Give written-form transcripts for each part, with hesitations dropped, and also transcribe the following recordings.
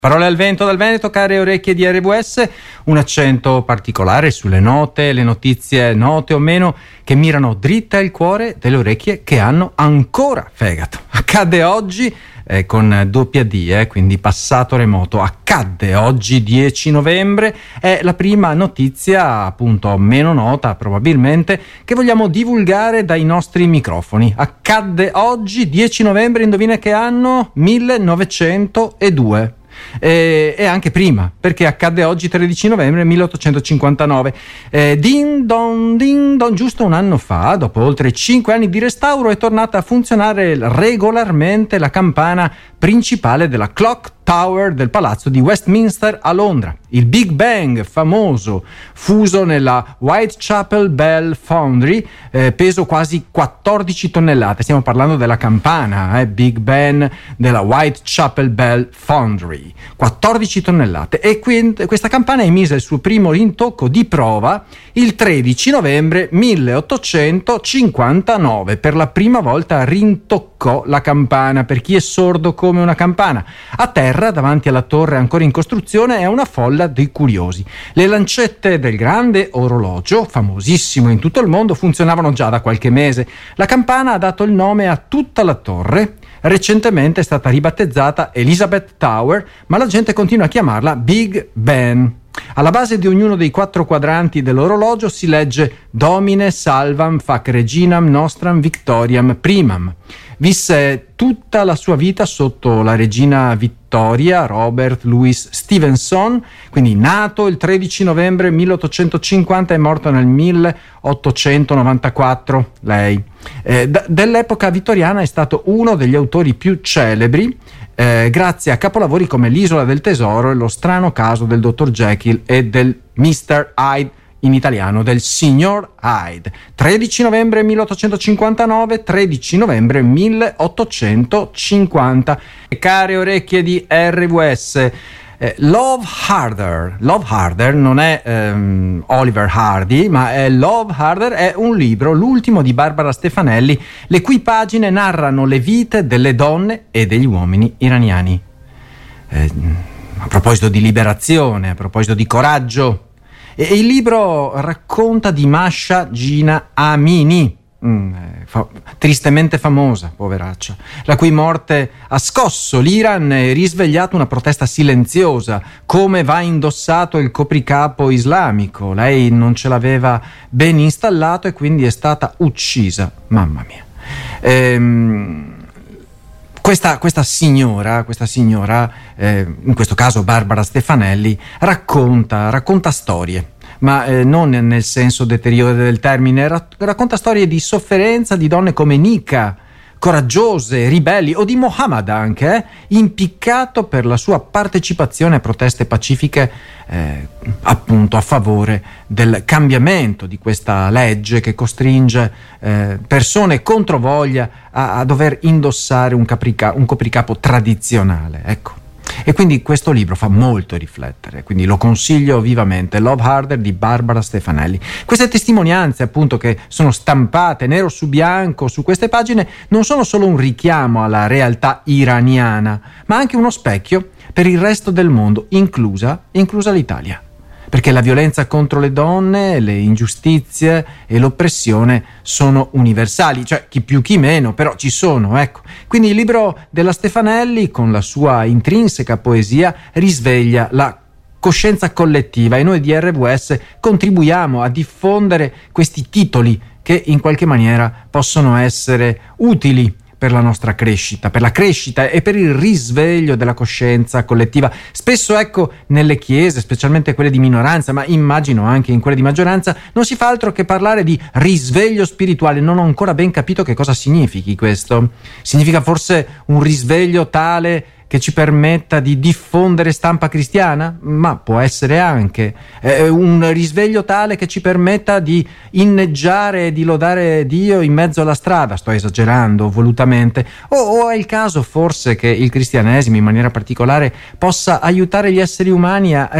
Parole al vento dal Veneto, care orecchie di RWS, un accento particolare sulle note, le notizie note o meno che mirano dritta il cuore delle orecchie che hanno ancora fegato. Accadde oggi con doppia D, quindi passato remoto. Accadde oggi 10 novembre, è la prima notizia appunto meno nota probabilmente che vogliamo divulgare dai nostri microfoni. Accadde oggi 10 novembre, indovina che anno? 1902. E anche prima, perché accadde oggi 13 novembre 1859. Ding dong, giusto un anno fa, dopo oltre 5 anni di restauro, è tornata a funzionare regolarmente la campana principale della Clock Tower del palazzo di Westminster a Londra. Il Big Bang famoso, fuso nella Whitechapel Bell Foundry, peso quasi 14 tonnellate. Stiamo parlando della campana, Big Bang della Whitechapel Bell Foundry. 14 tonnellate. E questa campana emise il suo primo rintocco di prova il 13 novembre 1859. Per la prima volta rintoccò la campana. Per chi è sordo come una campana. A terra, davanti alla torre ancora in costruzione, è una folla dei curiosi. Le lancette del grande orologio, famosissimo in tutto il mondo, funzionavano già da qualche mese. La campana ha dato il nome a tutta la torre. Recentemente è stata ribattezzata Elizabeth Tower, ma la gente continua a chiamarla Big Ben. Alla base di ognuno dei 4 quadranti dell'orologio si legge Domine salvam fac reginam nostram victoriam primam. Visse tutta la sua vita sotto la regina Vittoria, Robert Louis Stevenson, quindi nato il 13 novembre 1850 e morto nel 1894, lei. Dell'epoca vittoriana è stato uno degli autori più celebri, grazie a capolavori come L'isola del tesoro e Lo strano caso del dottor Jekyll e del Mr. Hyde, in italiano del signor Hyde. 13 novembre 1859, 13 novembre 1850. Care orecchie di RWS, Love Harder non è Oliver Hardy, ma è Love Harder, è un libro, l'ultimo di Barbara Stefanelli, le cui pagine narrano le vite delle donne e degli uomini iraniani. A proposito di liberazione, a proposito di coraggio, e il libro racconta di Masha Gina Amini, tristemente famosa, poveraccia, la cui morte ha scosso l'Iran e risvegliato una protesta silenziosa. Come va indossato il copricapo islamico? Lei non ce l'aveva ben installato e quindi è stata uccisa. Mamma mia. Questa signora, in questo caso Barbara Stefanelli, racconta storie, ma non nel senso deteriore del termine, racconta storie di sofferenza di donne come Nika, coraggiose, ribelli, o di Mohammad anche, impiccato per la sua partecipazione a proteste pacifiche appunto a favore del cambiamento di questa legge che costringe persone controvoglia a dover indossare un copricapo tradizionale, ecco. E quindi questo libro fa molto riflettere, quindi lo consiglio vivamente, Love Harder di Barbara Stefanelli. Queste testimonianze appunto che sono stampate nero su bianco su queste pagine non sono solo un richiamo alla realtà iraniana, ma anche uno specchio per il resto del mondo, inclusa l'Italia. Perché la violenza contro le donne, le ingiustizie e l'oppressione sono universali, cioè chi più chi meno, però ci sono, ecco. Quindi il libro della Stefanelli, con la sua intrinseca poesia, risveglia la coscienza collettiva e noi di RWS contribuiamo a diffondere questi titoli che in qualche maniera possono essere utili per la nostra crescita, per la crescita e per il risveglio della coscienza collettiva. Spesso, ecco, nelle chiese, specialmente quelle di minoranza, ma immagino anche in quelle di maggioranza, non si fa altro che parlare di risveglio spirituale. Non ho ancora ben capito che cosa significhi questo. Significa forse un risveglio tale che ci permetta di diffondere stampa cristiana? Ma può essere anche un risveglio tale che ci permetta di inneggiare e di lodare Dio in mezzo alla strada. Sto esagerando volutamente, o è il caso forse che il cristianesimo in maniera particolare possa aiutare gli esseri umani a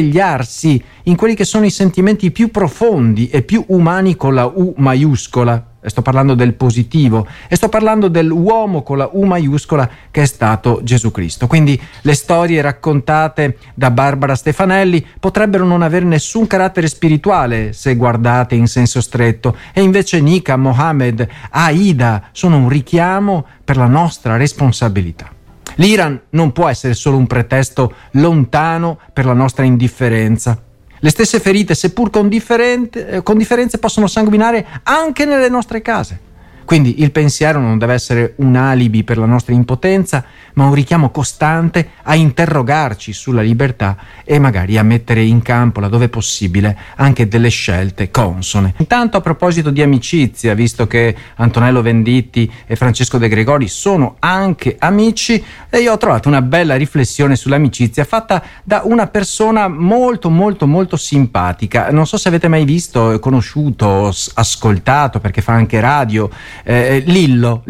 risvegliarsi in quelli che sono i sentimenti più profondi e più umani con la U maiuscola. sto parlando del positivo e sto parlando dell'uomo con la U maiuscola che è stato Gesù Cristo. Quindi le storie raccontate da Barbara Stefanelli potrebbero non avere nessun carattere spirituale se guardate in senso stretto, e invece Nika, Mohammed, Aida sono un richiamo per la nostra responsabilità. L'Iran non può essere solo un pretesto lontano per la nostra indifferenza. Le stesse ferite, seppur con differenze, possono sanguinare anche nelle nostre case. Quindi il pensiero non deve essere un alibi per la nostra impotenza, ma un richiamo costante a interrogarci sulla libertà e magari a mettere in campo, laddove possibile, anche delle scelte consone. Intanto, a proposito di amicizia, visto che Antonello Venditti e Francesco De Gregori sono anche amici, e io ho trovato una bella riflessione sull'amicizia fatta da una persona molto molto molto simpatica. Non so se avete mai visto, conosciuto, ascoltato, perché fa anche radio, Lillo,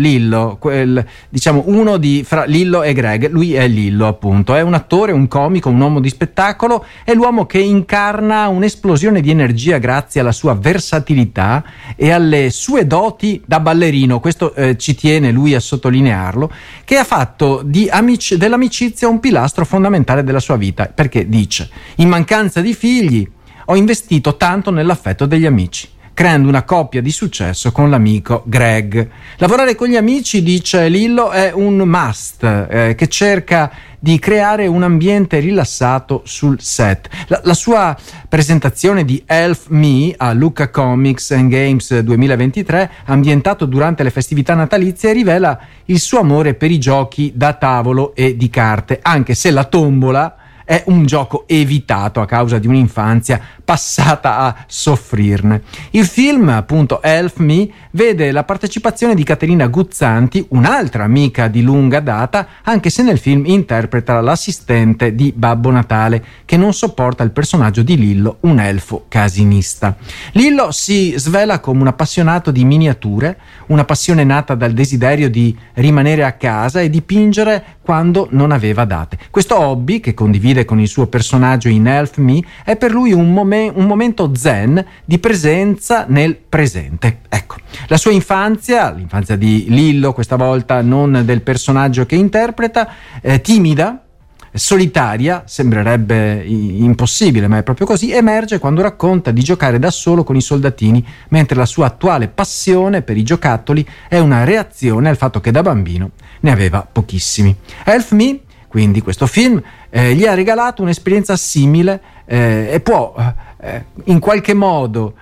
diciamo uno fra Lillo e Greg. Lui è Lillo, appunto, è un attore, un comico, un uomo di spettacolo, è l'uomo che incarna un'esplosione di energia grazie alla sua versatilità e alle sue doti da ballerino. Questo ci tiene lui a sottolinearlo, che ha fatto dell'amicizia un pilastro fondamentale della sua vita, perché dice: in mancanza di figli ho investito tanto nell'affetto degli amici, creando una coppia di successo con l'amico Greg. Lavorare con gli amici, dice Lillo, è un must, che cerca di creare un ambiente rilassato sul set. La sua presentazione di Elf Me a Lucca Comics and Games 2023, ambientato durante le festività natalizie, rivela il suo amore per i giochi da tavolo e di carte, anche se la tombola è un gioco evitato a causa di un'infanzia passata a soffrirne. Il film, appunto, Elf Me, vede la partecipazione di Caterina Guzzanti, un'altra amica di lunga data, anche se nel film interpreta l'assistente di Babbo Natale, che non sopporta il personaggio di Lillo, un elfo casinista. Lillo si svela come un appassionato di miniature, una passione nata dal desiderio di rimanere a casa e dipingere quando non aveva date. Questo hobby, che condivide con il suo personaggio in Elf Me, è per lui un momento zen di presenza nel presente. Ecco, la sua infanzia, l'infanzia di Lillo, questa volta non del personaggio che interpreta, timida, solitaria, sembrerebbe impossibile, ma è proprio così, emerge quando racconta di giocare da solo con i soldatini, mentre la sua attuale passione per i giocattoli è una reazione al fatto che da bambino ne aveva pochissimi. Elf Me, quindi questo film, gli ha regalato un'esperienza simile e può in qualche modo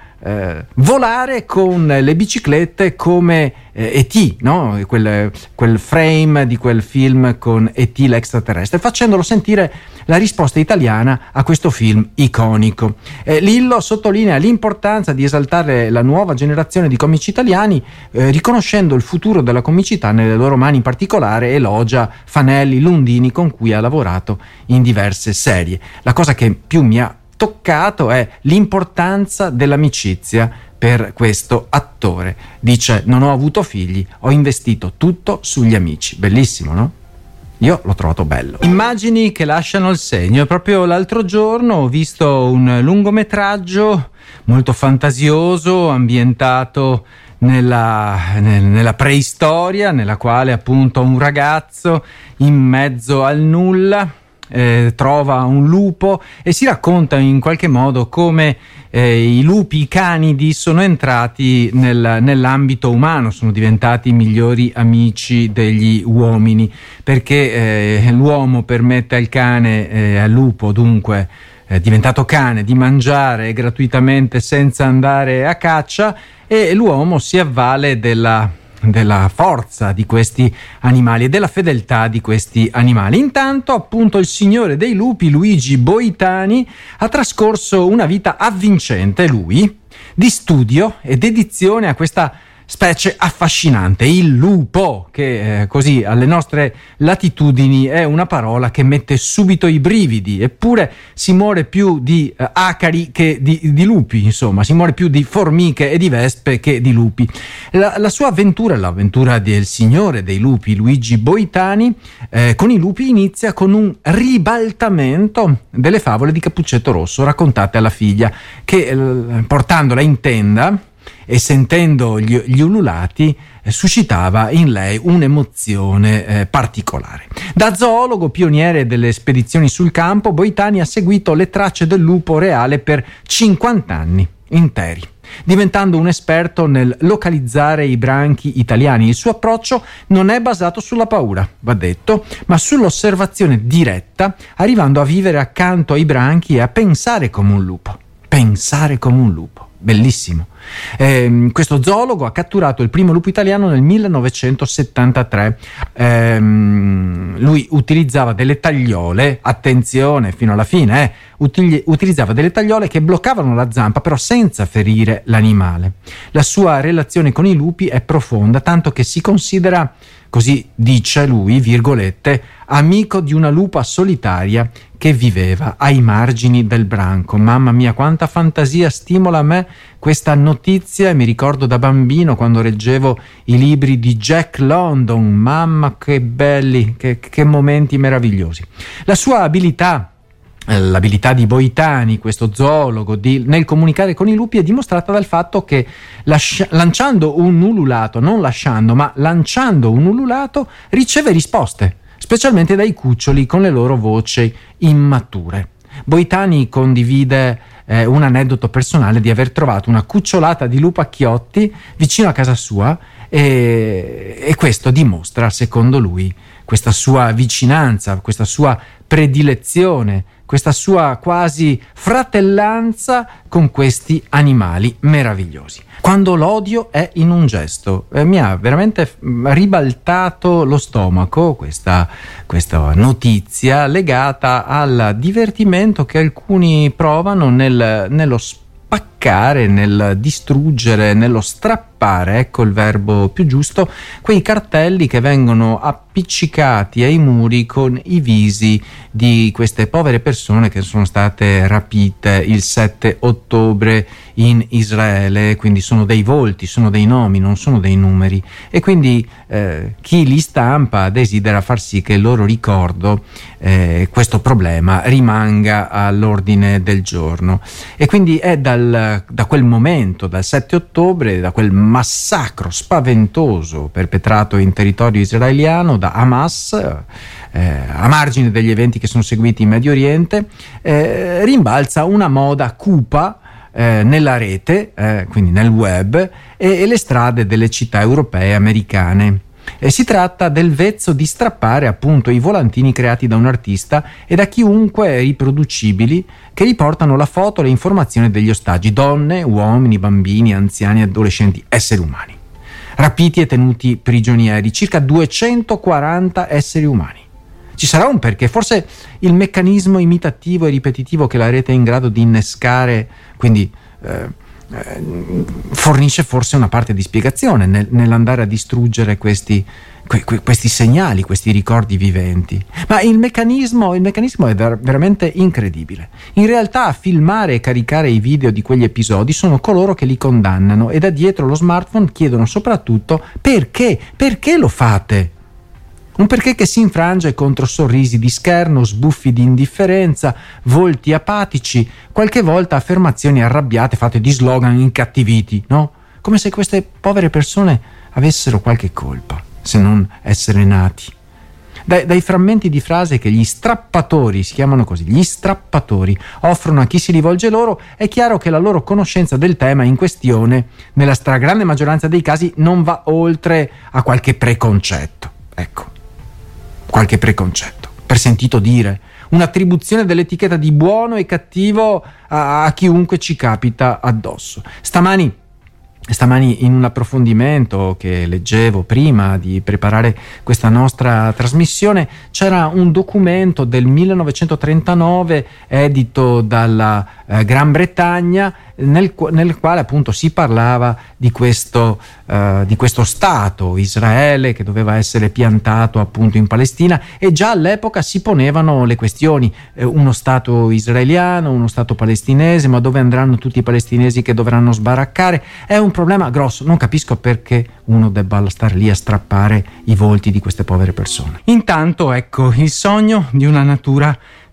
volare con le biciclette come E.T., no? quel frame di quel film con E.T. l'extraterrestre, facendolo sentire la risposta italiana a questo film iconico. Lillo sottolinea l'importanza di esaltare la nuova generazione di comici italiani, riconoscendo il futuro della comicità nelle loro mani. In particolare elogia Fanelli, Lundini, con cui ha lavorato in diverse serie. La cosa che più mi ha toccato è l'importanza dell'amicizia per questo attore. Dice: non ho avuto figli, ho investito tutto sugli amici. Bellissimo, no? Io l'ho trovato bello. Immagini che lasciano il segno. Proprio l'altro giorno ho visto un lungometraggio molto fantasioso, ambientato nella preistoria, nella quale appunto un ragazzo in mezzo al nulla trova un lupo e si racconta in qualche modo come i lupi, i canidi, sono entrati nell'ambito umano, sono diventati i migliori amici degli uomini, perché l'uomo permette al cane, al lupo dunque diventato cane, di mangiare gratuitamente senza andare a caccia, e l'uomo si avvale della forza di questi animali e della fedeltà di questi animali. Intanto, appunto, il signore dei lupi, Luigi Boitani, ha trascorso una vita avvincente, lui, di studio e dedizione a questa specie affascinante, il lupo, che così alle nostre latitudini è una parola che mette subito i brividi, eppure si muore più di acari che di lupi, insomma, si muore più di formiche e di vespe che di lupi. La sua avventura, l'avventura del signore dei lupi, Luigi Boitani, con i lupi inizia con un ribaltamento delle favole di Cappuccetto Rosso raccontate alla figlia, che portandola in tenda e sentendo gli ululati suscitava in lei un'emozione particolare. Da zoologo pioniere delle spedizioni sul campo, Boitani ha seguito le tracce del lupo reale per 50 anni interi, diventando un esperto nel localizzare i branchi italiani. Il suo approccio non è basato sulla paura, va detto, ma sull'osservazione diretta, arrivando a vivere accanto ai branchi e a pensare come un lupo. Pensare come un lupo. Bellissimo. Questo zoologo ha catturato il primo lupo italiano nel 1973. Lui utilizzava delle tagliole, attenzione fino alla fine, utilizzava delle tagliole che bloccavano la zampa però senza ferire l'animale. La sua relazione con i lupi è profonda, tanto che si considera, così dice lui, virgolette, amico di una lupa solitaria che viveva ai margini del branco. Mamma mia, quanta fantasia stimola a me questa notizia, e mi ricordo da bambino quando leggevo i libri di Jack London. Mamma, che belli, che momenti meravigliosi. La sua abilità, l'abilità di Boitani, questo zoologo, nel comunicare con i lupi è dimostrata dal fatto che lanciando un ululato, non lasciando, ma lanciando un ululato, riceve risposte, specialmente dai cuccioli con le loro voci immature. Boitani condivide un aneddoto personale di aver trovato una cucciolata di lupacchiotti vicino a casa sua e questo dimostra, secondo lui, questa sua vicinanza, questa sua predilezione, questa sua quasi fratellanza con questi animali meravigliosi. Quando l'odio è in un gesto, mi ha veramente ribaltato lo stomaco questa notizia legata al divertimento che alcuni provano nello spaccare, nel distruggere, nello strappare, ecco il verbo più giusto, quei cartelli che vengono appiccicati ai muri con i visi di queste povere persone che sono state rapite il 7 ottobre in Israele. Quindi sono dei volti, sono dei nomi, non sono dei numeri, e quindi chi li stampa desidera far sì che il loro ricordo, questo problema, rimanga all'ordine del giorno. E quindi è da quel momento, dal 7 ottobre, da quel massacro spaventoso perpetrato in territorio israeliano da Hamas, a margine degli eventi che sono seguiti in Medio Oriente, rimbalza una moda cupa nella rete, quindi nel web, e le strade delle città europee e americane. Si tratta del vezzo di strappare appunto i volantini creati da un artista e da chiunque riproducibili, che riportano la foto e le informazioni degli ostaggi: donne, uomini, bambini, anziani, adolescenti, esseri umani rapiti e tenuti prigionieri, circa 240 esseri umani. Ci sarà un perché, forse il meccanismo imitativo e ripetitivo che la rete è in grado di innescare, quindi fornisce forse una parte di spiegazione nell'andare a distruggere questi segnali, questi ricordi viventi. Ma il meccanismo è veramente incredibile. In realtà a filmare e caricare i video di quegli episodi sono coloro che li condannano, e da dietro lo smartphone chiedono soprattutto perché lo fate. Un perché che si infrange contro sorrisi di scherno, sbuffi di indifferenza, volti apatici, qualche volta affermazioni arrabbiate fatte di slogan incattiviti, no? Come se queste povere persone avessero qualche colpa, se non essere nati. Dai frammenti di frase che gli strappatori, si chiamano così, gli strappatori, offrono a chi si rivolge loro, è chiaro che la loro conoscenza del tema in questione, nella stragrande maggioranza dei casi, non va oltre a qualche preconcetto. Ecco. Qualche preconcetto, per sentito dire, un'attribuzione dell'etichetta di buono e cattivo a chiunque ci capita addosso. Stamani in un approfondimento che leggevo prima di preparare questa nostra trasmissione, c'era un documento del 1939 edito dalla Gran Bretagna, nel quale appunto si parlava di questo Stato, Israele, che doveva essere piantato appunto in Palestina, e già all'epoca si ponevano le questioni: uno Stato israeliano, uno Stato palestinese, ma dove andranno tutti i palestinesi che dovranno sbaraccare? È un problema grosso, non capisco perché uno debba stare lì a strappare i volti di queste povere persone. Intanto ecco il sogno di una natura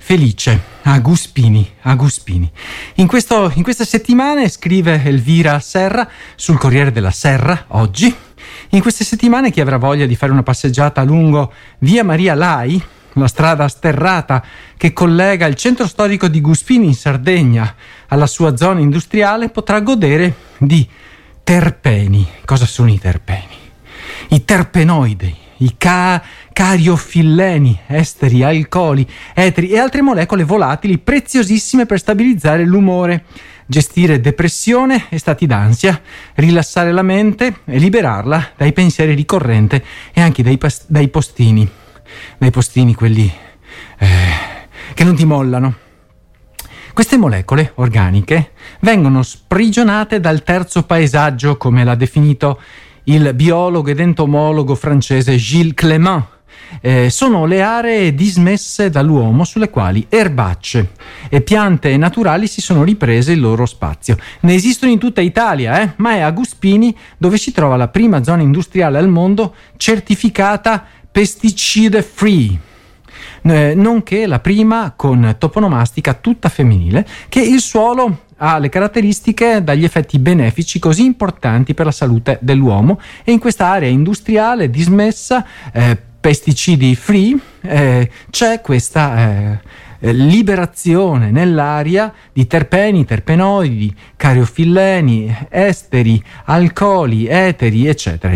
felice, Aguspini. In queste settimane, scrive Elvira Serra sul Corriere della Serra oggi, in queste settimane chi avrà voglia di fare una passeggiata lungo via Maria Lai, la strada sterrata che collega il centro storico di Guspini in Sardegna alla sua zona industriale, potrà godere di terpeni. Cosa sono i terpeni? I terpenoidi, i cariofilleni, esteri, alcoli, eteri e altre molecole volatili preziosissime per stabilizzare l'umore, gestire depressione e stati d'ansia, rilassare la mente e liberarla dai pensieri ricorrenti e anche dai postini quelli che non ti mollano. Queste molecole organiche vengono sprigionate dal terzo paesaggio, come l'ha definito il biologo ed entomologo francese Gilles Clément. Sono le aree dismesse dall'uomo sulle quali erbacce e piante naturali si sono riprese il loro spazio. Ne esistono in tutta Italia, ma è a Guspini dove si trova la prima zona industriale al mondo certificata pesticide free, nonché la prima con toponomastica tutta femminile, che il suolo ha le caratteristiche dagli effetti benefici così importanti per la salute dell'uomo, e in questa area industriale dismessa, pesticidi free, c'è questa liberazione nell'aria di terpeni, terpenoidi, cariofilleni, esteri, alcoli, eteri, eccetera.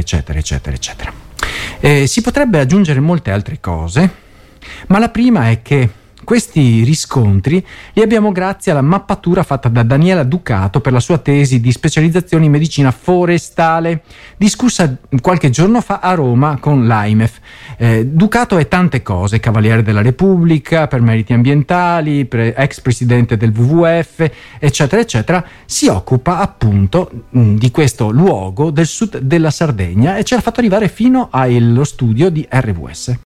Si potrebbe aggiungere molte altre cose, ma la prima è che questi riscontri li abbiamo grazie alla mappatura fatta da Daniela Ducato per la sua tesi di specializzazione in medicina forestale, discussa qualche giorno fa a Roma con l'AIMEF. Ducato è tante cose: Cavaliere della Repubblica per meriti ambientali, ex presidente del WWF, eccetera. Si occupa appunto di questo luogo del sud della Sardegna e ce l'ha fatto arrivare fino allo studio di RWS.